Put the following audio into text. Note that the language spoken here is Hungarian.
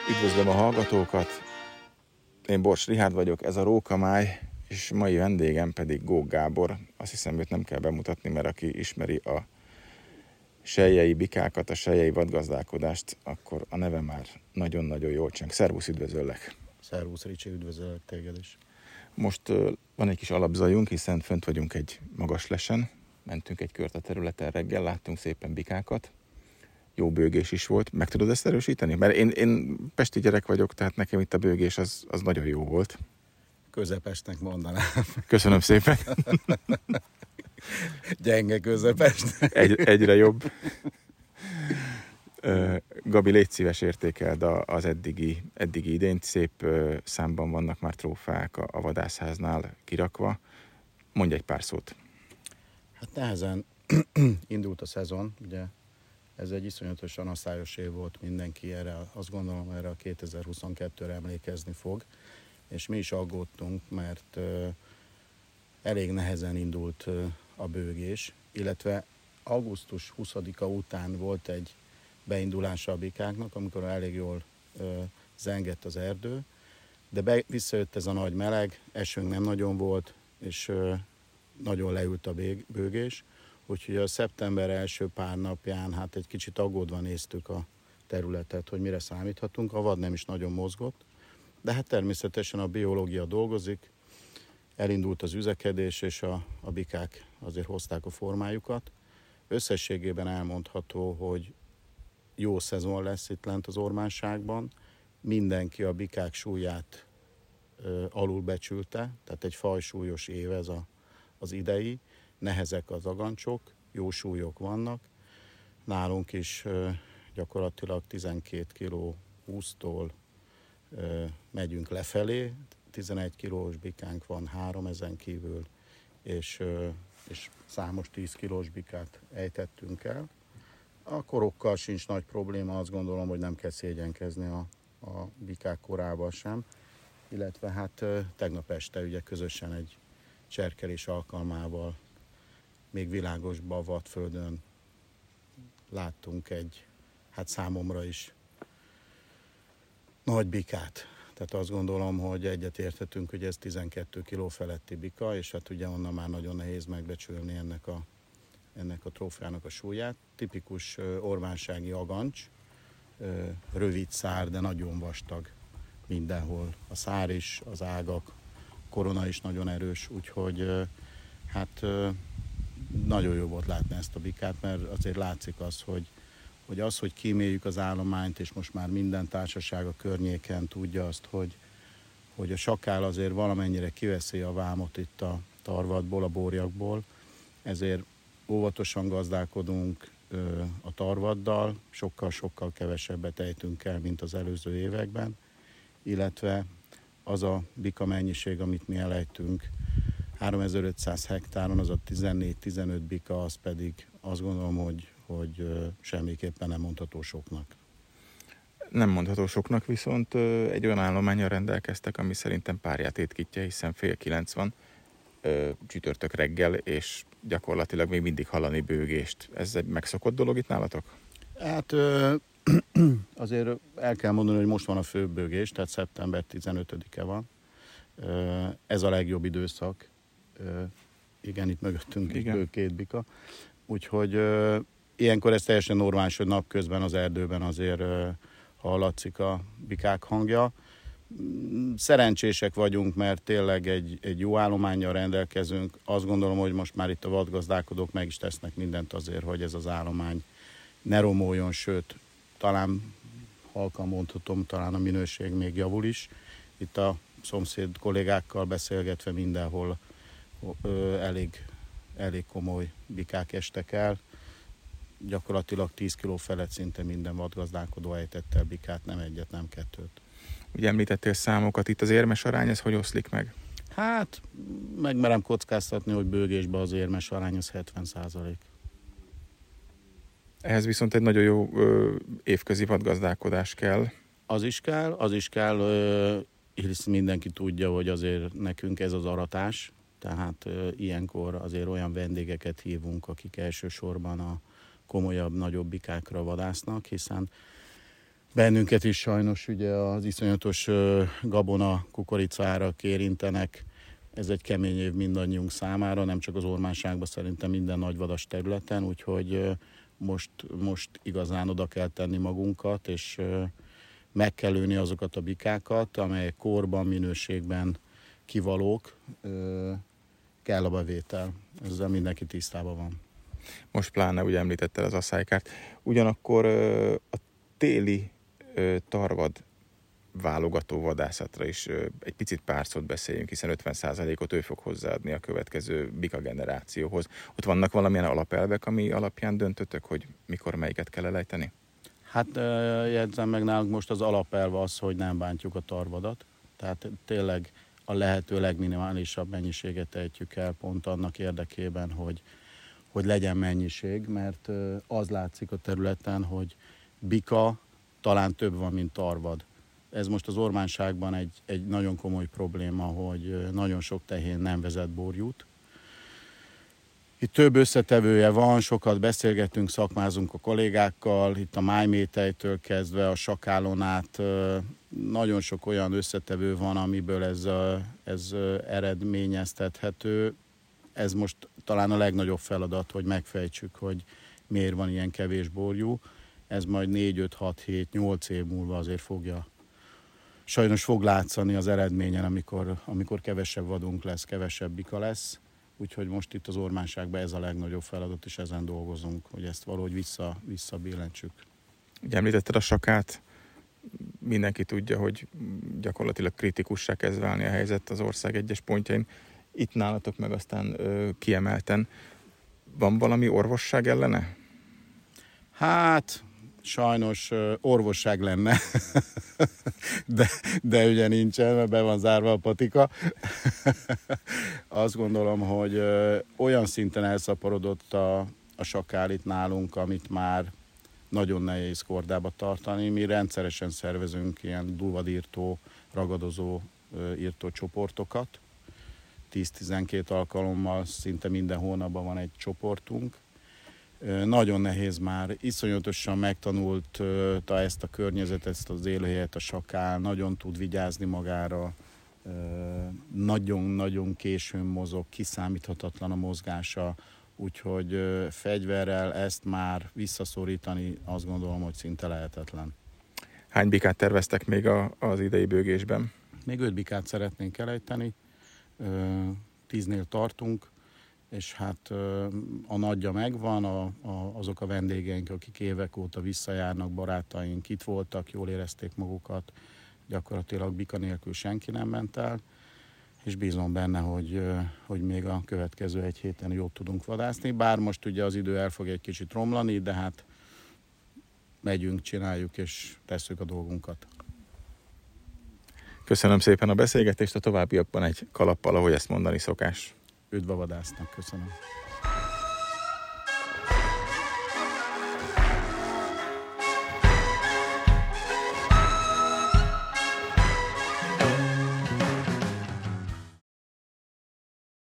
Üdvözlöm a hallgatókat, én Bors Richárd vagyok, ez a Rókamáj, és mai vendégem pedig Gók Gábor. Azt hiszem, őt nem kell bemutatni, mert aki ismeri a selyei bikákat, a selyei vadgazdálkodást, akkor a neve már nagyon-nagyon jól cseng. Szervusz, üdvözöllek! Szervusz Ricsi, üdvözöllek téged is! Most van egy kis alapzajunk, hiszen fönt vagyunk egy magas lesen, mentünk egy kört a területen reggel, láttunk szépen bikákat. Jó bőgés is volt. Meg tudod ezt erősíteni? Mert én pesti gyerek vagyok, tehát nekem itt a bőgés az nagyon jó volt. Közepesnek mondanám. Köszönöm szépen. Gyenge közepest. Egyre jobb. Gabi, légy szíves, értékeld az eddigi idényt. Szép számban vannak már trófeák a vadászháznál kirakva. Mondj egy pár szót. Hát nehezen indult a szezon, ugye ez egy iszonyatosan asszályos év volt, mindenki erre, azt gondolom erre a 2022-re emlékezni fog, és mi is aggódtunk, mert elég nehezen indult a bőgés, illetve augusztus 20-a után volt egy beindulása a bikáknak, amikor elég jól zengett az erdő, de visszajött ez a nagy meleg, esőnk nem nagyon volt, és nagyon leült a bőgés, úgyhogy a szeptember első pár napján hát egy kicsit aggódva néztük a területet, hogy mire számíthatunk. A vad nem is nagyon mozgott, de hát természetesen a biológia dolgozik, elindult az üzekedés, és a bikák azért hozták a formájukat. Összességében elmondható, hogy jó szezon lesz itt lent az Ormánságban. Mindenki a bikák súlyát alulbecsülte, tehát egy fajsúlyos év ez az idei. Nehezek az agancsok, jó súlyok vannak. Nálunk is gyakorlatilag 12 kg 20-tól megyünk lefelé. 11 kilós bikánk van 3 ezen kívül, és számos 10 kilós bikát ejtettünk el. A korokkal sincs nagy probléma, azt gondolom, hogy nem kell szégyenkezni a bikák korával sem. Illetve hát tegnap este ugye közösen egy cserkelés alkalmával még világosba vadföldön láttunk egy, hát számomra is nagy bikát. Tehát azt gondolom, hogy egyetérthetünk, hogy ez 12 kg feletti bika, és hát ugye onnan már nagyon nehéz megbecsülni ennek a trófeának a súlyát. Tipikus ormánsági agancs, rövid szár, de nagyon vastag mindenhol. A szár is, az ágak, korona is nagyon erős, úgyhogy hát nagyon jó volt látni ezt a bikát, mert azért látszik az, hogy kíméljük az állományt, és most már minden társaság a környéken tudja azt, hogy a sakál azért valamennyire kiveszi a vámot itt a tarvatból, a borjakból, ezért óvatosan gazdálkodunk a tarvaddal, sokkal-sokkal kevesebbet ejtünk el, mint az előző években, illetve az a bika mennyiség, amit mi elejtünk 3500 hektáron, az a 14-15 bika, az pedig azt gondolom, hogy semmiképpen nem mondható soknak. Nem mondható soknak, viszont egy olyan állománnyal rendelkeztek, ami szerintem párját étkítja, hiszen 8:30 van, csütörtök reggel, és gyakorlatilag még mindig hallani bőgést. Ez egy megszokott dolog itt nálatok? Hát azért el kell mondani, hogy most van a főbb bőgés, tehát szeptember 15-e van. Ez a legjobb időszak. Igen, itt mögöttünk bő két bika. Úgyhogy ilyenkor ez teljesen normális, hogy napközben az erdőben azért hallatszik a bikák hangja. Szerencsések vagyunk, mert tényleg egy jó állománnyal rendelkezünk. Azt gondolom, hogy most már itt a vadgazdálkodók meg is tesznek mindent azért, hogy ez az állomány ne romoljon, sőt, talán halkan mondhatom, talán a minőség még javul is. Itt a szomszéd kollégákkal beszélgetve mindenhol elég komoly bikák estek el. Gyakorlatilag 10 kg felett szinte minden vadgazdálkodó ejtett el bikát, nem egyet, nem kettőt. Ugye említettél számokat, itt az érmes arány, ez hogy oszlik meg? Hát, megmerem kockáztatni, hogy bőgésben az érmes arány az 70%. Ehhez viszont egy nagyon jó évközi vadgazdálkodás kell. Az is kell, hisz mindenki tudja, hogy azért nekünk ez az aratás, tehát ilyenkor azért olyan vendégeket hívunk, akik elsősorban a komolyabb, nagyobb bikákra vadásznak, hiszen Bennünket is sajnos ugye az iszonyatos gabona kukoricárak érintenek. Ez egy kemény év mindannyiunk számára, nem csak az Ormánságban, szerintem minden nagyvadas területen, úgyhogy most igazán oda kell tenni magunkat, és meg kell lőni azokat a bikákat, amelyek korban, minőségben kivalók, kell a bevétel. Ezzel mindenki tisztában van. Most pláne ugye említetted az asszálykát. Ugyanakkor a téli tarvad válogató vadászatra is egy picit pár szót beszéljünk, hiszen 50%-ot ő fog hozzáadni a következő bika generációhoz. Ott vannak valamilyen alapelvek, ami alapján döntötök, hogy mikor melyiket kell elejteni? Hát jegyzem meg, nálunk most az alapelve az, hogy nem bántjuk a tarvadat. Tehát tényleg a lehető legminimálisabb mennyiséget ejtjük el pont annak érdekében, hogy legyen mennyiség, mert az látszik a területen, hogy bika talán több van, mint tarvad. Ez most az Ormánságban egy nagyon komoly probléma, hogy nagyon sok tehén nem vezet borjút. Itt több összetevője van, sokat beszélgetünk, szakmázunk a kollégákkal, itt a májmétejtől kezdve a sakálon át nagyon sok olyan összetevő van, amiből ez eredményeztethető. Ez most talán a legnagyobb feladat, hogy megfejtsük, hogy miért van ilyen kevés borjú. Ez majd 4, 5, 6, 7, 8 év múlva azért sajnos fog látszani az eredményen, amikor kevesebb vadunk lesz, kevesebb bika lesz. Úgyhogy most itt az Ormánságban ez a legnagyobb feladat, és ezen dolgozunk, hogy ezt valahogy visszabillentsük. Ugye említetted a sakát, mindenki tudja, hogy gyakorlatilag kritikussá kezd válni a helyzet az ország egyes pontjain. Itt nálatok meg aztán kiemelten. Van valami orvosság ellene? Hát sajnos orvosság lenne, de ugye nincsen, mert be van zárva a patika. Azt gondolom, hogy olyan szinten elszaporodott a sakál itt nálunk, amit már nagyon nehéz kordába tartani. Mi rendszeresen szervezünk ilyen dulvadírtó, ragadozó írtó csoportokat. 10-12 alkalommal szinte minden hónapban van egy csoportunk. Nagyon nehéz már, iszonyatosan megtanulta ezt a környezetet, ezt az élőhelyet a sakál, nagyon tud vigyázni magára, nagyon-nagyon későn mozog, kiszámíthatatlan a mozgása, úgyhogy fegyverrel ezt már visszaszorítani azt gondolom, hogy szinte lehetetlen. Hány bikát terveztek még az idei bőgésben? Még 5 bikát szeretnénk elejteni, 10-nél tartunk, és hát a nagyja megvan, azok a vendégeink, akik évek óta visszajárnak, barátaink itt voltak, jól érezték magukat, gyakorlatilag bika nélkül senki nem ment el, és bízom benne, hogy még a következő egy héten jót tudunk vadászni, bár most ugye az idő el fog egy kicsit romlani, de hát megyünk, csináljuk és tesszük a dolgunkat. Köszönöm szépen a beszélgetést, a továbbiakban egy kalappal, ahogy ezt mondani szokás. Üdv a vadásznak, köszönöm.